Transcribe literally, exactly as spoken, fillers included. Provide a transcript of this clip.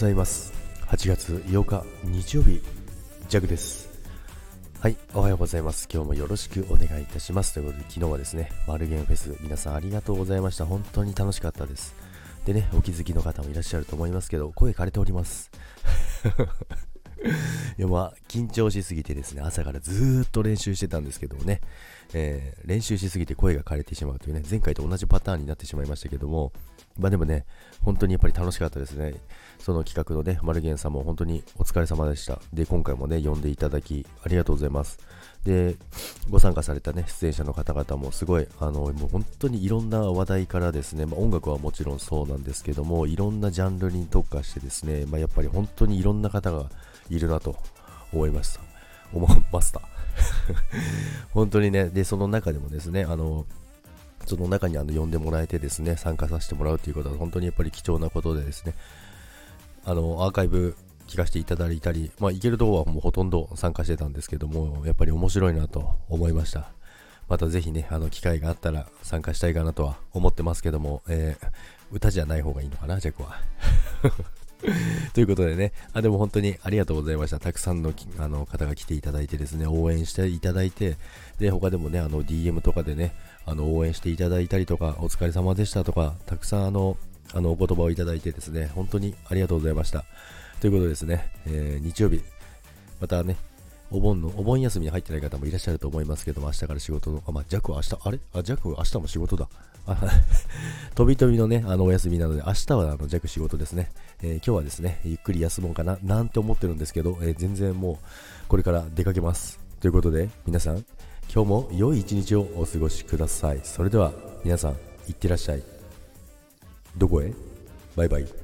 ざいます。はちがつようか日曜日、ジャグです。はい、おはようございます。今日もよろしくお願いいたします。ということで、昨日はですね、マルゲンフェス、皆さんありがとうございました。本当に楽しかったです。でね、お気づきの方もいらっしゃると思いますけど、声枯れております。いやまあ緊張しすぎてですね、朝からずーっと練習してたんですけどもね、えー、練習しすぎて声が枯れてしまうというね、前回と同じパターンになってしまいましたけども、まあでもね、本当にやっぱり楽しかったですね。その企画のね、マルゲンさんも本当にお疲れ様でした。で、今回もね、呼んでいただきありがとうございます。で、ご参加されたね、出演者の方々もすごい、あの、もう本当にいろんな話題からですね、まあ、音楽はもちろんそうなんですけども、いろんなジャンルに特化してですね、まあ、やっぱり本当にいろんな方がいるなと思いました。思いました。本当にね、で、その中でもですね、あの、その中にあの呼んでもらえてですね、参加させてもらうということは本当にやっぱり貴重なことでですね、あのアーカイブ聞かせていただいたり、まあ、いけるところはもうほとんど参加してたんですけども、やっぱり面白いなと思いました。またぜひね、あの機会があったら参加したいかなとは思ってますけども、えー、歌じゃない方がいいのかな、ジャックは。ということでね、あでも本当にありがとうございました。たくさんの、あの方が来ていただいてですね、応援していただいて、で他でもね、あの ディーエム とかでね、あの応援していただいたりとか、お疲れ様でしたとか、たくさんあのあのお言葉をいただいてですね、本当にありがとうございました。ということでですね、えー、日曜日、またね、お盆の、お盆休みに入ってない方もいらっしゃると思いますけども、明日から仕事の、あ、まあ、ジャックは明日、あれあ、ジャック明日も仕事だ。あ飛び飛びのね、あのお休みなので、明日はあのジャック仕事ですね、えー、今日はですね、ゆっくり休もうかな、なんて思ってるんですけど、えー、全然もう、これから出かけます。ということで、皆さん、今日も良い一日をお過ごしください。それでは、皆さん、いってらっしゃい。どこへ？バイバイ。